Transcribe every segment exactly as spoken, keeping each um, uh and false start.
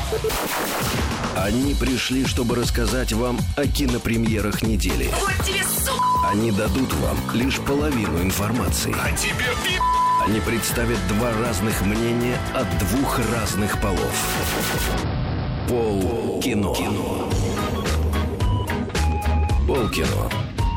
Они пришли, чтобы рассказать вам о кинопремьерах недели. Вот тебе, сука! Они дадут вам лишь половину информации. А тебе пи***! Они представят два разных мнения от двух разных полов. Полкино. Полкино.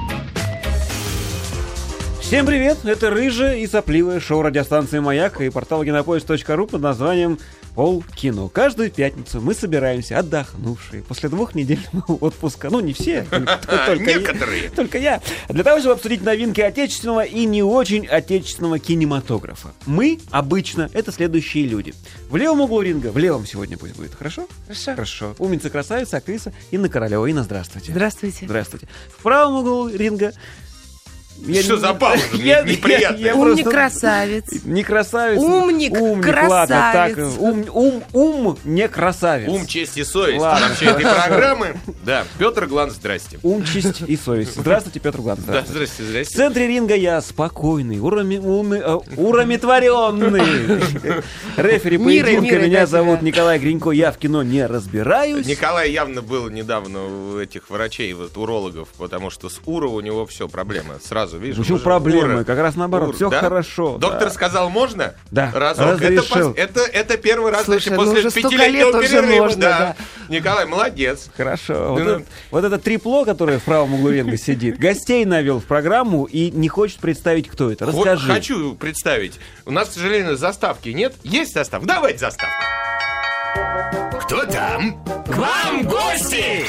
Всем привет, это рыжее и сопливое шоу радиостанции «Маяк» и портала кинопоиск точка ру под названием «Полкино». Каждую пятницу мы собираемся, отдохнувшие, после двух недельного отпуска. Ну, не все, только некоторые. Только я. Для того, чтобы обсудить новинки отечественного и не очень отечественного кинематографа. Мы, обычно, это следующие люди. В левом углу ринга, в левом сегодня пусть будет, хорошо? Хорошо. Хорошо. Умница, красавица, актриса Инна Королева. Инна, здравствуйте. Здравствуйте. Здравствуйте. В правом углу ринга... Я Что не... за пауза? Я, неприятно. Я, я Умник, просто... красавец. Не красавец. Умник, Умник красавец. Ладно, так. Ум, ум, ум, не красавец. Ум, честь и совесть. Ладно. Вообще этой программы. Да, Петр Глан, здрасте. Ум, честь и совесть. Здравствуйте, Петр Глан. Да, здрасте, В здрасте. центре ринга я спокойный, урами, уми, э, ураметворенный. Рефери Мира, поединка. мира, Меня да, зовут да. Николай Гринько. Я в кино не разбираюсь. Николай явно был недавно у этих врачей, вот урологов, потому что с уро у него все, проблемы. Сразу, видишь? Почему уже проблемы? уро. Как раз наоборот. Ур, Все да? хорошо. Доктор да. сказал, можно? Да, Разок. Это, разрешил. пос- это, это первый раз Слушай, значит, ну после уже столько пятилетнего лет уже перерыва. можно, да. да. Николай, молодец. Хорошо. Вот, Ну, это, вот это трепло, которое в правом углу ринга сидит, гостей навел в программу и не хочет представить, кто это. Вот Расскажи. хочу представить. У нас, к сожалению, заставки нет. Есть заставка? Давайте заставку. Кто там? К вам гости!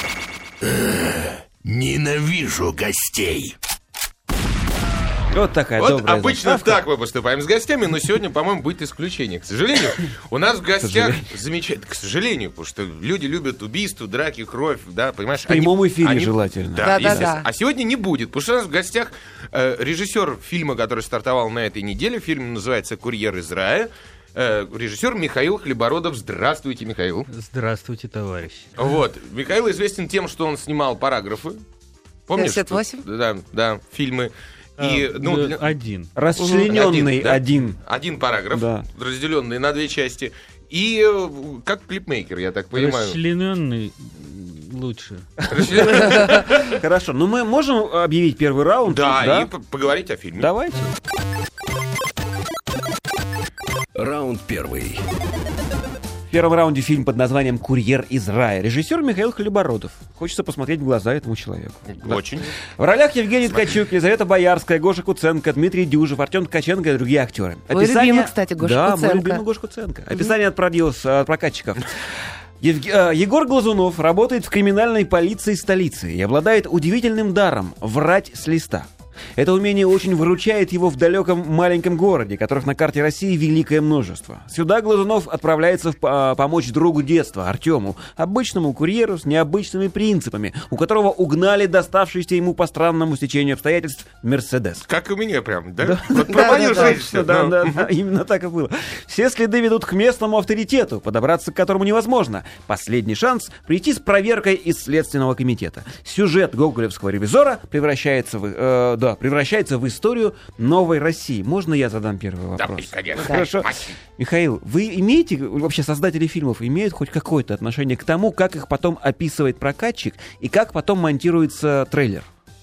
Ненавижу гостей. Вот такая Вот добрая обычно заставка. так мы поступаем с гостями, но сегодня, по-моему, будет исключение. К сожалению, у нас в гостях замечательно. К сожалению, потому что люди любят убийства, драки, кровь, да, понимаешь? В прямом эфире желательно. Да, Да, да, естественно. да. А сегодня не будет, потому что у нас в гостях э, режиссер фильма, который стартовал на этой неделе. Фильм называется «Курьер из рая». Э, режиссер Михаил Хлебородов. Здравствуйте, Михаил. Здравствуйте, товарищ. Вот. Михаил известен тем, что он снимал «Параграфы». Помнишь? пятьдесят восемь? Да, да, фильмы. И, А, ну, да, для- Один. Расчлененный да? один. Один параграф, Да. разделенный на две части. И э, как клипмейкер, я так понимаю. Расчлененный лучше. Хорошо, ну мы можем объявить первый раунд? Да, и п- поговорить о фильме. Давайте. Раунд первый. В первом раунде фильм под названием «Курьер из рая». Режиссер Михаил Хлебородов. Хочется посмотреть в глаза этому человеку. Очень. В ролях Евгений Ткачук, Елизавета Боярская, Гоша Куценко, Дмитрий Дюжев, Артем Ткаченко и другие актеры. Твой любимый, кстати, Гоша да, Куценко. мой любимый Гоша Куценко. Описание от продюс, от прокатчиков. Евге- э, Егор Глазунов работает в криминальной полиции столицы и обладает удивительным даром врать с листа. Это умение очень выручает его в далеком маленьком городе, которых на карте России великое множество. Сюда Глазунов отправляется в, а, помочь другу детства, Артему, обычному курьеру с необычными принципами, у которого угнали доставшийся ему по странному стечению обстоятельств Мерседес. Как у меня прям, да? Да. Вот про мою Да-да-да. жизнь всё, Да, ну. да, да, именно так и было. Все следы ведут к местному авторитету, подобраться к которому невозможно. Последний шанс — прийти с проверкой из Следственного комитета. Сюжет гоголевского ревизора превращается в, э, да, превращается в историю новой России. Можно я задам первый Да, вопрос? конечно. Хорошо. Спасибо. Михаил, вы имеете, вообще создатели фильмов имеют хоть какое-то отношение к тому, как их потом описывает прокатчик и как потом монтируется трейлер?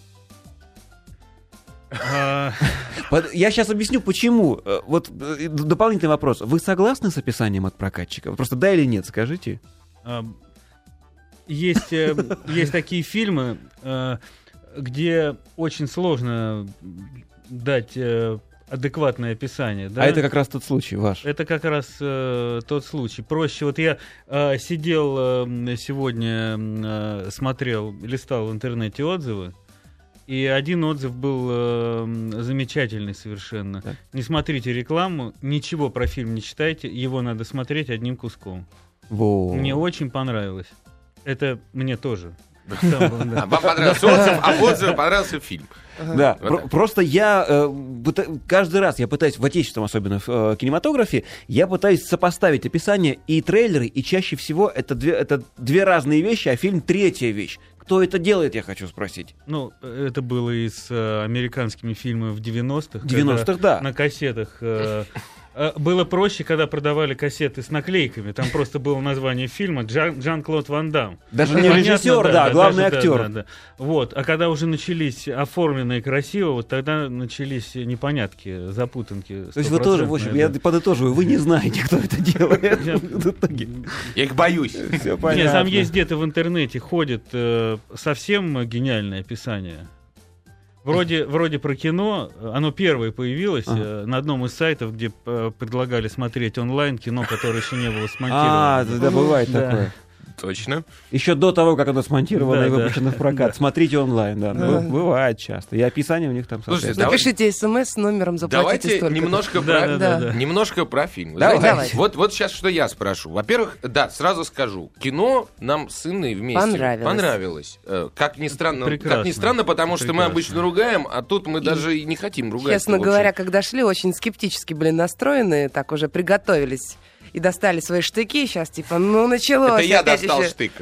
А, Под- Я сейчас объясню, почему. Э, Вот э, д- дополнительный вопрос. Вы согласны с описанием от прокатчика? Просто да или нет, скажите. а, Есть, э, есть такие фильмы, э, где очень сложно дать э, адекватное описание. Да? А это как раз тот случай ваш. Это как раз э, тот случай. Проще. Вот я э, сидел э, сегодня, э, смотрел, листал в интернете отзывы, и один отзыв был э, замечательный совершенно. Так. Не смотрите рекламу, ничего про фильм не читайте, его надо смотреть одним куском. Во. Мне очень понравилось. Это мне тоже. А вам понравился отзыв, а отзыву понравился фильм. Да, Вот про- так. просто я э, пыта- каждый раз я пытаюсь в отечественном, особенно в э, кинематографе, я пытаюсь сопоставить описание и трейлеры, и чаще всего это две, это две разные вещи, а фильм третья вещь. Кто это делает, я хочу спросить. Ну, это было и с э, американскими фильмами в девяностых. В девяностых, когда да. На кассетах э, Было проще, когда продавали кассеты с наклейками. Там просто было название фильма Жан- Жан-Клод Ван Дам. Даже не режиссер, да, да, главный даже, актер. Да, да, да. Вот. А когда уже начались оформленные красиво, вот тогда начались непонятки, запутанки. То есть вы тоже, в общем, я подытоживаю, вы не знаете, кто это делает. Я их боюсь. Нет, там есть где-то в интернете ходит э, совсем гениальное описание. Вроде, вроде про кино, оно первое появилось ага. э, на одном из сайтов, где э, предлагали смотреть онлайн кино, которое еще не было смонтировано. А, да, бывает да. такое. Точно. Еще до того, как оно смонтировано да, и выпущено да. в прокат. Да. Смотрите онлайн, да. да. Бывает часто. И описание у них там Слушайте, напишите смс с номером, заплатите давайте столько. немножко, да, про... да, да, да. немножко про фильм. Давай. Знаете, Давай. вот, вот сейчас что я спрошу. Во-первых, да, сразу скажу. Кино нам с Инной вместе понравилось. понравилось. Э, как ни странно, Прекрасно. как ни странно, потому что Прекрасно. мы обычно ругаем, а тут мы даже и не хотим ругать. Честно говоря, когда шли, очень скептически были настроены, так уже приготовились. И достали свои штыки, сейчас типа, ну началось. Это я опять достал еще. штык.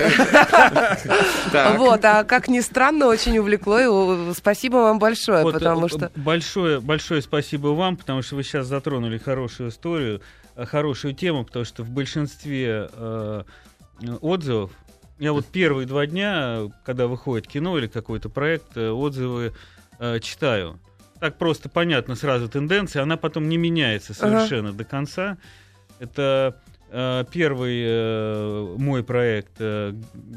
Вот, а как ни странно, очень увлекло, и спасибо вам большое, Вот, потому э, что... Большое, большое спасибо вам, потому что вы сейчас затронули хорошую историю, э, хорошую тему, потому что в большинстве э, отзывов, я вот первые два дня, когда выходит кино или какой-то проект, э, отзывы э, читаю. Так просто понятно сразу тенденция, она потом не меняется совершенно ага. до конца. Это э, первый э, мой проект э,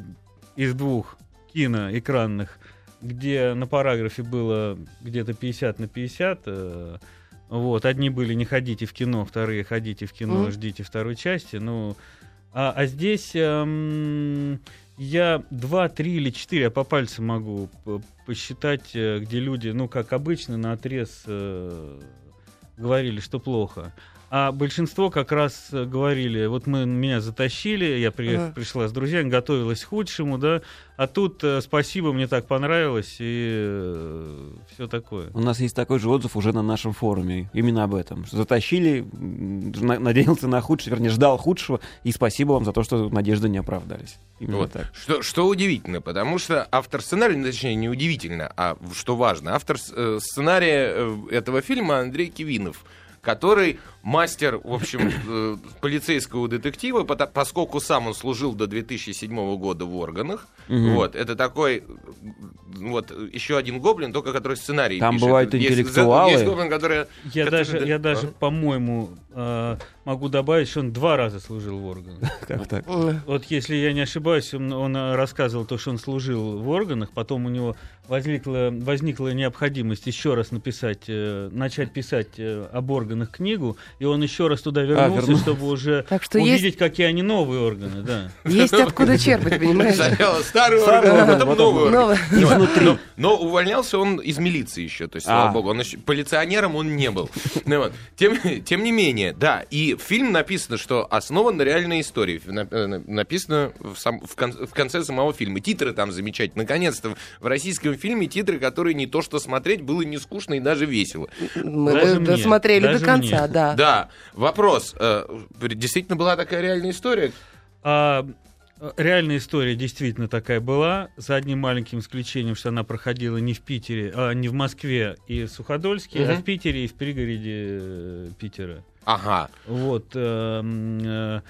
из двух киноэкранных, где на параграфе было где-то пятьдесят на пятьдесят. Э, вот, одни были «не ходите в кино», вторые «ходите в кино, mm. ждите второй части». Ну, а, а здесь э, я два, три или четыре, я по пальцам могу посчитать, где люди, ну, как обычно, наотрез э, говорили, что плохо. А большинство как раз говорили, вот мы, меня затащили, я при, ага. пришла с друзьями, готовилась к худшему, да, а тут э, спасибо, мне так понравилось, и э, все такое. У нас есть такой же отзыв уже на нашем форуме, именно об этом. Затащили, на, надеялся на худшее, вернее, ждал худшего, и спасибо вам за то, что надежды не оправдались. Именно вот. так. Что, что удивительно, потому что автор сценария, точнее, не удивительно, а что важно, автор э, сценария э, этого фильма Андрей Кивинов, который мастер, в общем, э, полицейского детектива, по- поскольку сам он служил до две тысячи седьмого года в органах. Mm-hmm. Вот, это такой, вот, еще один гоблин, только который сценарий Там пишет. бывают Есть, интеллектуалы. Есть гоблин, который... Я который, даже, я даже по-моему, э, могу добавить, что он два раза служил в органах. Как так? Вот если я не ошибаюсь, он, он рассказывал то, что он служил в органах, потом у него возникла, возникла необходимость еще раз написать, э, начать писать э, об органах книгу, и он еще раз туда вернулся, а, верну... чтобы уже так что увидеть, есть... какие они новые органы. Да. Есть откуда черпать, понимаешь? Сначала старый орган, а потом новый орган. Изнутри. Но, но увольнялся он из милиции еще, то есть, слава а. богу, он еще, полиционером он не был. Ну, вот. тем, тем не менее, да, и в фильме написано, что основан на реальной истории. Написано в, сам, в, кон, в конце самого фильма. Титры там замечательные. Наконец-то в российском фильме титры, которые не то что смотреть, было не скучно и даже весело. Мы даже досмотрели мне, до конца, мне. да. Да, вопрос. Действительно была такая реальная история? А, реальная история действительно такая была, за одним маленьким исключением, что она проходила не в Питере, а не в Москве и в Суходольске, угу. а в Питере и в пригороде Питера. Ага. Вот. Э, э,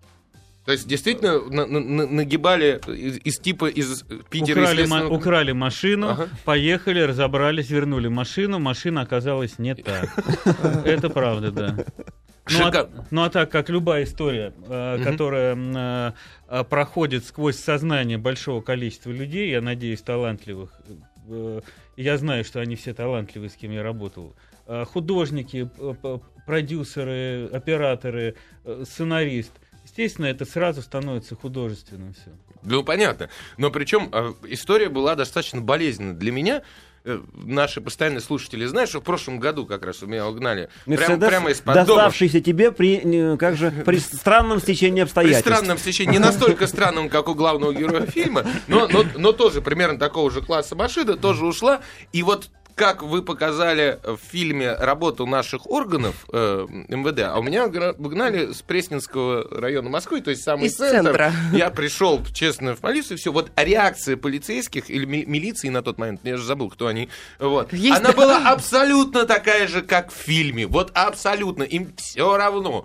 То есть действительно на, на, нагибали из, из типа из Питера... Украли, естественно... ма- украли машину, ага. поехали, разобрались, вернули машину, машина оказалась не та. Это правда, да. Ну а, ну а так как любая история, э, uh-huh. которая э, проходит сквозь сознание большого количества людей, я надеюсь, талантливых, э, я знаю, что они все талантливые, с кем я работал, э, художники, э, продюсеры, операторы, э, сценарист, естественно, это сразу становится художественным все. Ну, понятно. Но причем э, история была достаточно болезненна для меня. Наши постоянные слушатели знают, что в прошлом году как раз у меня угнали прямо, прямо из-под дома. Доставшийся тебе при, как же, при странном стечении обстоятельств. При странном стечении, не настолько странном, как у главного героя фильма, но, но, но тоже примерно такого же класса машина, тоже ушла. И вот как вы показали в фильме работу наших органов э, эм вэ дэ, а у меня гнали с Пресненского района Москвы, то есть самый Из центр. центра. Я пришел, честно, в полицию, все. Вот реакция полицейских или ми- милиции на тот момент, я же забыл, кто они, вот. Есть, Она да. была абсолютно такая же, как в фильме. Вот абсолютно. Им все равно.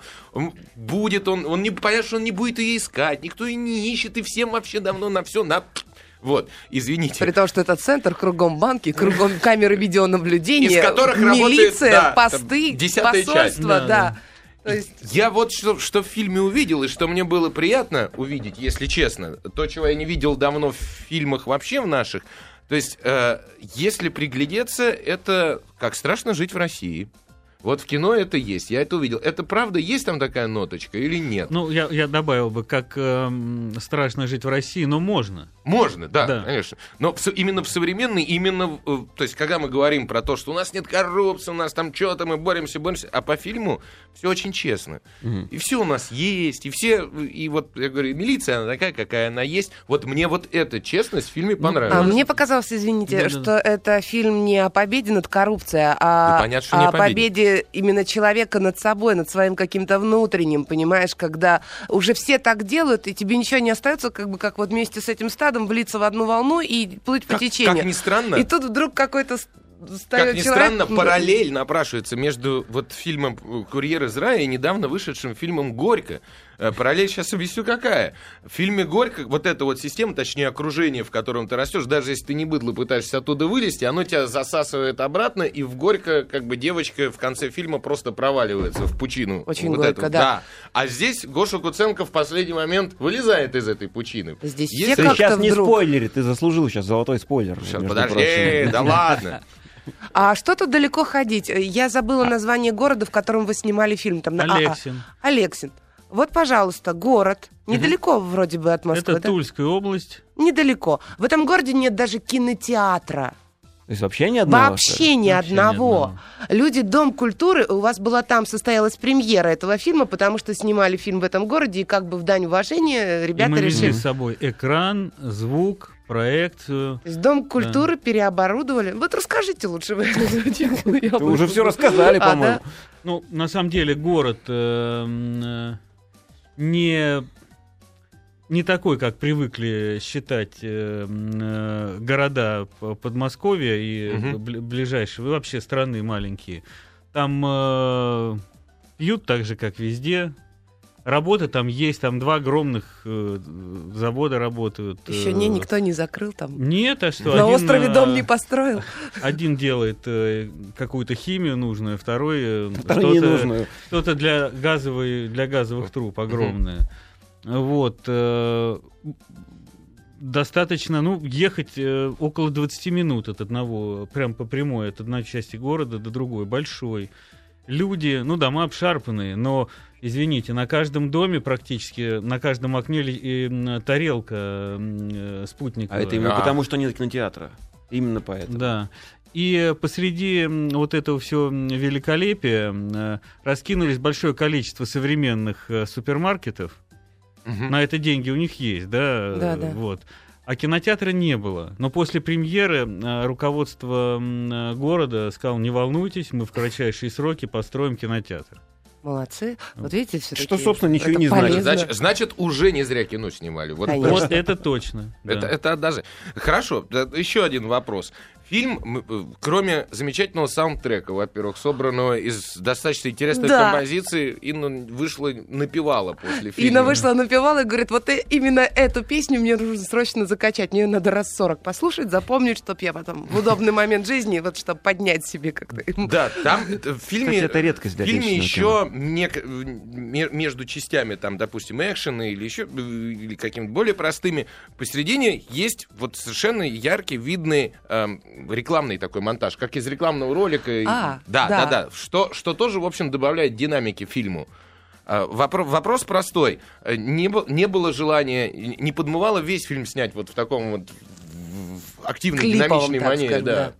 Будет он, он не, понятно, что он не будет ее искать, никто ее не ищет, и всем вообще давно на все на... Вот, извините. При том, что это центр, кругом банки, кругом камеры видеонаблюдения, Из которых милиция, работает, да, посты, там, десятая часть. посольства, Да, да. да. То есть... Я вот что, что в фильме увидел, и что мне было приятно увидеть, если честно, то, чего я не видел давно в фильмах вообще в наших, то есть, э, если приглядеться, это как страшно жить в России. Вот в кино это есть, я это увидел. Это правда, есть там такая ноточка или нет? Ну, я, я добавил бы, как эм, страшно жить в России, но можно. Можно, да, Да. конечно. Но в со- именно в современной, именно, в- э, то есть, когда мы говорим про то, что у нас нет коррупции, у нас там что-то, мы боремся, боремся, а по фильму все очень честно. И все у нас есть, и все, и вот, я говорю, милиция, она такая, какая она есть. Вот мне вот эта честность в фильме понравилась. А мне показалось, извините, Да-да-да. что это фильм не о победе над коррупцией, а Да понятно, что не о о победе. победе именно человека над собой, над своим каким-то внутренним, понимаешь, когда уже все так делают, и тебе ничего не остается, как бы как вот вместе с этим стадом влиться в одну волну и плыть по Как- течению. как ни странно. И тут вдруг какой-то с- Как встает ни человек... странно, параллель напрашивается между вот фильмом «Курьер из рая» и недавно вышедшим фильмом «Горько». Э, Параллель сейчас объясню какая. В фильме «Горько» вот эта вот система, точнее окружение, в котором ты растешь, даже если ты не быдло пытаешься оттуда вылезти, оно тебя засасывает обратно, и в «Горько» как бы девочка в конце фильма просто проваливается в пучину. Очень вот горько, эту. да. А здесь Гоша Куценко в последний момент вылезает из этой пучины. Здесь Если- все Ты как-то сейчас не вдруг. спойлери, ты заслужил сейчас золотой спойлер. Сейчас, между подожди, прочим. да ладно. А что тут далеко ходить? Я забыла название города, в котором вы снимали фильм. Там, на- а, а. Алексин. Алексин. Вот, пожалуйста, город. Недалеко вроде бы от Москвы, Это да? Тульская область. Недалеко. В этом городе нет даже кинотеатра. То есть вообще ни одного? что ли? Вообще ни Вообще ни одного. одного. Люди, Дом культуры, у вас была там, состоялась премьера этого фильма, потому что снимали фильм в этом городе, и как бы в дань уважения И ребята мы везли решили... с собой экран, звук, проекцию. То есть Дом культуры переоборудовали. Вот расскажите лучше вы. Вы уже все рассказали, А, по-моему. да? Ну, на самом деле, город э, м, э, не, не такой, как привыкли считать э, м, э, города П- Подмосковья и Мгм. бли- ближайшие, вообще страны маленькие. Там э, пьют так же, как везде. Работа там есть, там два огромных э, завода работают. Еще э, не, никто не закрыл там. Нет, а что? На один, острове э, дом не построил. Один делает э, какую-то химию нужную, второй э, Второй не что-то, нужную. что-то для газовой, для газовых труб огромное. Вот. э, Достаточно, ну, ехать э, около двадцати минут от одного, прям по прямой, от одной части города до другой, большой. Люди, ну, дома обшарпанные, но, извините, на каждом доме практически, на каждом окне ли- и, м, тарелка м, э, спутниковая. А это именно А. потому, что нет кинотеатра. Именно поэтому. Да. И посреди м, вот этого всего великолепия м, э, раскинулись большое количество современных э, супермаркетов. Мгм. На это деньги у них есть, да? Да, э, да. Вот. А кинотеатра не было. Но после премьеры э, руководство м, э, города сказало: не волнуйтесь, мы в кратчайшие сроки построим кинотеатр. Молодцы. Вот видите, все Что, собственно, ничего и не значит. Значит, значит, уже не зря кино снимали. Вот Конечно. Вот это точно. да. Это, это даже. Хорошо, да, еще один вопрос. Фильм, м, э, кроме замечательного саундтрека, во-первых, собранного из достаточно интересных Да. композиций, Инна вышла, напевала после фильма. Инна вышла, напевала и говорит, вот э- именно эту песню мне нужно срочно закачать. Мне ее надо раз сорок послушать, запомнить, чтоб я потом в удобный момент жизни, вот чтобы поднять себе как-то. Да, там э, в фильме, Кстати, это редкость для в фильме отечественного еще нек- ме- между частями, там, допустим, экшены или еще э, или какими-то более простыми, посередине есть вот совершенно яркий, видный эм, рекламный такой монтаж, как из рекламного ролика. А, да, да. да, да, Что, что тоже, в общем, добавляет динамики фильму. А, вопро- вопрос простой. Э, Не, бо- не было желания, не подмывало весь фильм снять вот в таком вот в- в активной, Клиповом, динамичной так манере, сказать, да. да.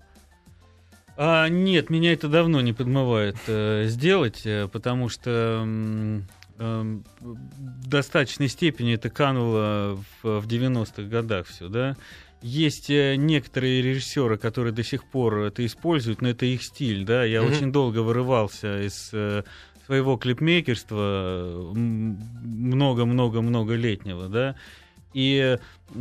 А, нет, меня это давно не подмывает э, сделать, э, потому что м, э, в достаточной степени это кануло в, в девяностых годах все, да. Есть некоторые режиссеры, которые до сих пор это используют, но это их стиль, да. Я mm-hmm. очень долго вырывался из э, своего клипмейкерства, много-много-много летнего, да. И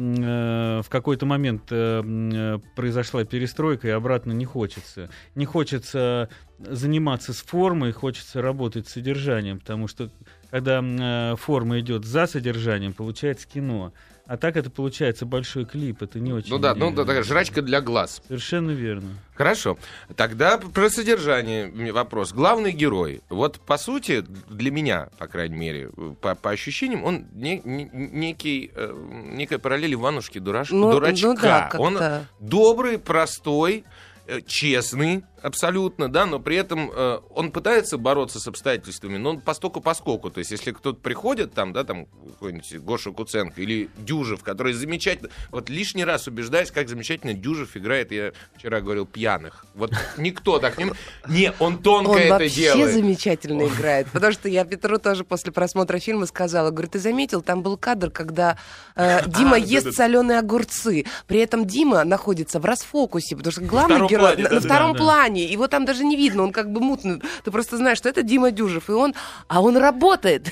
э, в какой-то момент э, произошла перестройка, и обратно не хочется. Не хочется заниматься с формой, хочется работать с содержанием, потому что когда э, форма идет за содержанием, получается кино. А так это получается большой клип, это не очень... Ну да, ну да, такая жрачка для глаз. Совершенно верно. Хорошо. Тогда про содержание вопрос. Главный герой, вот по сути, для меня, по крайней мере, по, по ощущениям, он не, не, некий, э, некая параллель Иванушки дураш, ну, дурачка. Ну да, он добрый, простой, э, честный абсолютно, да, но при этом э, он пытается бороться с обстоятельствами, но он постоку-поскоку. То есть, если кто-то приходит, там, да, там, какой-нибудь Гоша Куценко или Дюжев, который замечательно... Вот лишний раз убеждаюсь, как замечательно Дюжев играет, я вчера говорил, пьяных. Вот никто так не... Не, он тонко он это делает. Он вообще замечательно играет, потому что я Петру тоже после просмотра фильма сказала, говорю, ты заметил, там был кадр, когда э, Дима ест соленые огурцы, при этом Дима находится в расфокусе, потому что главный герой на втором плане, его там даже не видно, он как бы мутный. Ты просто знаешь, что это Дима Дюжев, и он, а он работает.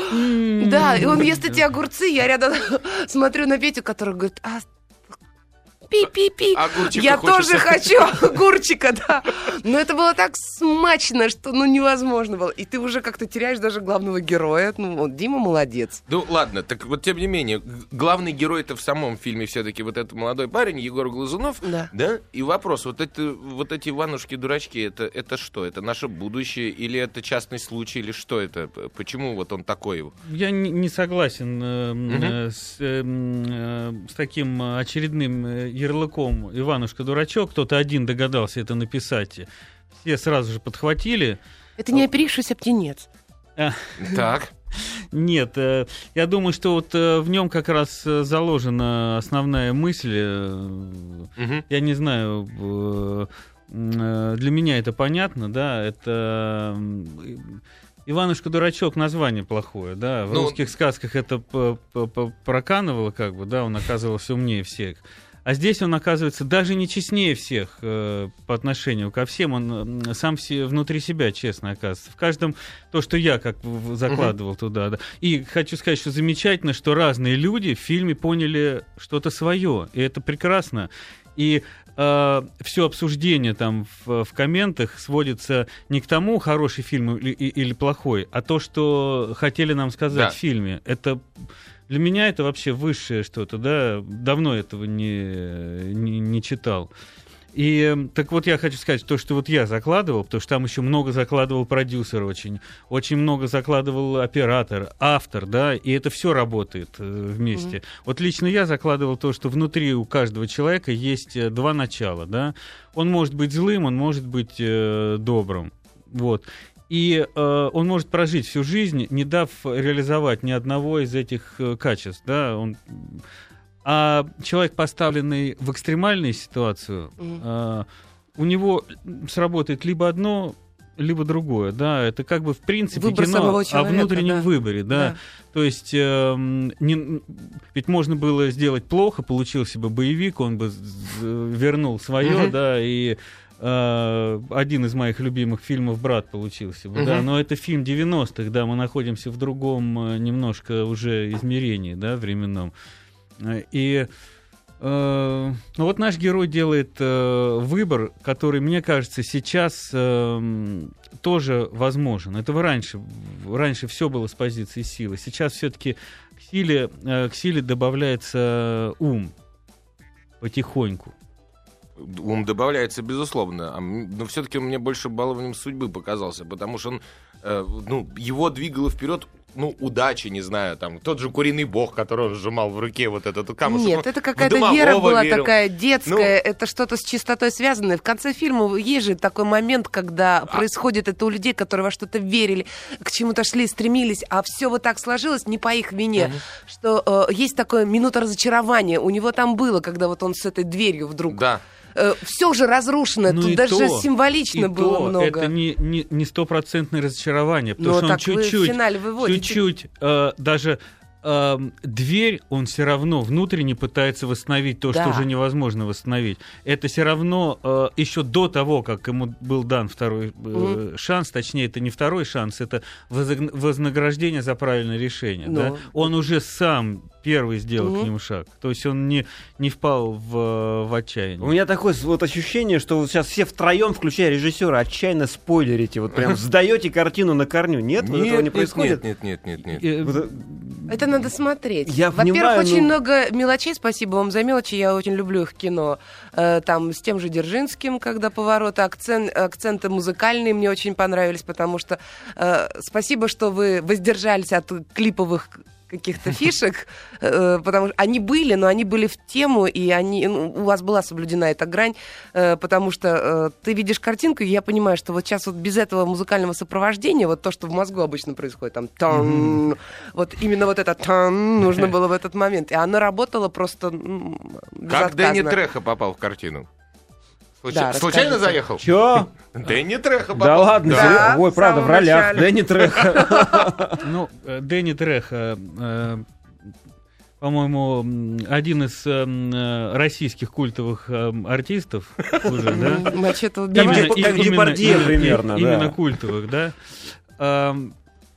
Да, и он ест эти огурцы, я рядом смотрю на Петю, который говорит, а пи-пи-пи. Я тоже хочу огурчика, да. Но это было так смачно, что ну невозможно было. И ты уже как-то теряешь даже главного героя. Ну, вот Дима молодец. Ну, ладно, так вот, тем не менее, главный герой-то в самом фильме все-таки вот этот молодой парень, Егор Глазунов. Да. Да? И вопрос, вот, это, вот эти Иванушки-дурачки, это, это что? Это наше будущее? Или это частный случай? Или что это? Почему вот он такой? Я не, не согласен э, uh-huh. с, э, с таким очередным ярлыком «Иванушка-дурачок». Кто-то один догадался это написать. Все сразу же подхватили. Это не оперившийся птенец. Так. Нет, я думаю, что вот в нем как раз заложена основная мысль. Угу. Я не знаю, для меня это понятно, да, это... Иванушка-дурачок, название плохое, да, в ну... русских сказках это проканывало, как бы, да, он оказывался умнее всех. А здесь он оказывается даже не честнее всех э, по отношению ко всем. Он э, сам все, внутри себя честно оказывается. В каждом то, что я как закладывал uh-huh. туда. Да. И хочу сказать, что замечательно, что разные люди в фильме поняли что-то свое. И это прекрасно. И э, все обсуждение там в, в комментах сводится не к тому, хороший фильм или, или плохой, а то, что хотели нам сказать да. в фильме. Это... Для меня это вообще высшее что-то, да, давно этого не, не, не читал. И так вот я хочу сказать, то, что вот я закладывал, потому что там еще много закладывал продюсер очень, очень много закладывал оператор, автор, да, и это все работает э, вместе. Mm-hmm. Вот лично я закладывал то, что внутри у каждого человека есть два начала, да. Он может быть злым, он может быть э, добрым, вот. И э, он может прожить всю жизнь, не дав реализовать ни одного из этих э, качеств. Да? Он... А человек, поставленный в экстремальную ситуацию, э, у него сработает либо одно, либо другое. Да? Это как бы в принципе выбор кино человека, о внутреннем да. выборе. Да? Да. То есть э, не... ведь можно было сделать плохо, получился бы боевик, он бы вернул свое, mm-hmm. да, и... один из моих любимых фильмов «Брат» получился бы, uh-huh. да, но это фильм девяностых, да, мы находимся в другом немножко уже измерении, да, временном. И э, ну вот наш герой делает э, выбор, который, мне кажется, сейчас э, тоже возможен. Этого раньше, раньше все было с позиции силы, сейчас все-таки к силе, э, к силе добавляется ум потихоньку. Ум добавляется, безусловно, но все-таки он мне больше балованием судьбы показался, потому что он, э, ну, его двигало вперед, ну, удачи, не знаю, там, тот же куриный бог, который он сжимал в руке, вот этот камушек. Нет, это какая-то вера была верил. Такая детская, ну, это что-то с чистотой связанное. В конце фильма есть же такой момент, когда а... происходит это у людей, которые во что-то верили, к чему-то шли, стремились, а все вот так сложилось не по их вине, угу. что э, есть такое минута разочарования. У него там было, когда вот он с этой дверью вдруг... Да. э, все же разрушено, Ну тут и даже то, символично и было то много. это не, не, не стопроцентное разочарование, потому Но что он так вы в чуть-чуть, финале выводите. чуть-чуть э, даже э, дверь он все равно внутренне пытается восстановить то, Да. что уже невозможно восстановить. Это все равно э, еще до того, как ему был дан второй э, Мгм. шанс, точнее, это не второй шанс, это возог- вознаграждение за правильное решение. Ну. Да? Он уже сам первый сделал Мгм. к нему шаг. То есть он не, не впал в, в отчаяние. У меня такое с- вот ощущение, что вот сейчас все втроем, включая режиссера, отчаянно спойлерите, вот прям сдаете картину на корню. Нет, вот этого не происходит. Нет, нет, нет, нет, нет. Э, Вот, э, Это надо смотреть. Я Во-первых, понимаю, очень ну- много мелочей, спасибо вам за мелочи, я очень люблю их в кино. Э, Там с тем же Дзержинским, когда повороты, акцент, акценты музыкальные мне очень понравились, потому что э, спасибо, что вы воздержались от клиповых каких-то фишек, э, потому что они были, но они были в тему, и они, ну, у вас была соблюдена эта грань, э, потому что э, ты видишь картинку, и я понимаю, что вот сейчас вот без этого музыкального сопровождения, вот то, что в мозгу обычно происходит, там, тан, вот именно вот это тан нужно было в этот момент, и оно работало просто м, Как Дэнни безотказно. Трехо попал в картину? Случай- Да, Случайно расскажите. заехал? Чё? Дэнни Трехо попал. Да ладно, Да, ой, в правда, в самом ролях. начале. Дэнни Трехо. Ну, э, Дэнни Трехо, э, по-моему, м, один из э, м, э, российских культовых э, артистов уже, да? М, Мачете Как убивает. Деп- как Депардье примерно, да. Именно культовых, да. Ам,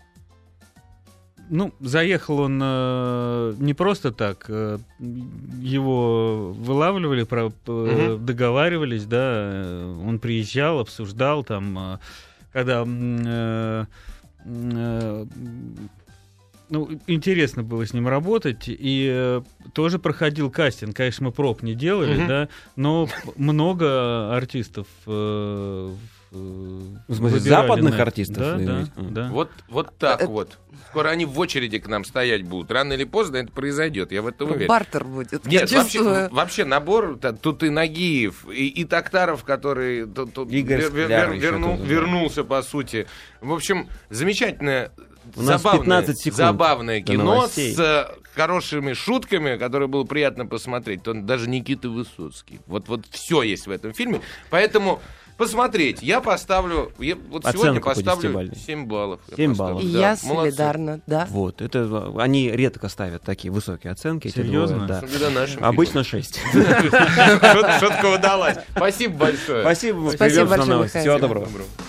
Ну, заехал он э, не просто так, э, его вылавливали, про- э, Мгм. договаривались, да, э, он приезжал, обсуждал там, э, когда, м, э, м, э, ну, интересно было с ним работать, и э, тоже проходил кастинг, конечно, мы проб не делали, Мгм. да, но много артистов э, в- В смысле, выбирали западных на это. артистов Да, вы да, имеете? да. Вот, вот так Это- вот. Скоро они в очереди к нам стоять будут. Рано или поздно это произойдет, я в это уверен. Бартер будет. Нет, я вообще, чувствую. вообще набор, та- тут и Нагиев, и, и Токтаров, который тут, тут Игорь вер- вер- Скляр вер- еще верну- тоже, да. вернулся, по сути. В общем, замечательное, У нас забавное, пятнадцать секунд забавное до кино новостей. с э, хорошими шутками, которые было приятно посмотреть. То даже Никита Высоцкий. Вот, вот все есть в этом фильме. Поэтому посмотреть. Я поставлю, я вот Оценку сегодня по поставлю десятибалльной. семь баллов. Я семь поставлю. баллов. И Да, я молодцы. солидарна, да. Вот, это они редко ставят такие высокие оценки. эти Серьезно? двое, да. Особенно нашим Обычно шесть. фильмам. Шут- Шутка удалась. Спасибо большое. Спасибо, Спасибо Серёж, за большое, новости. Михаил. Всего доброго. Доброго.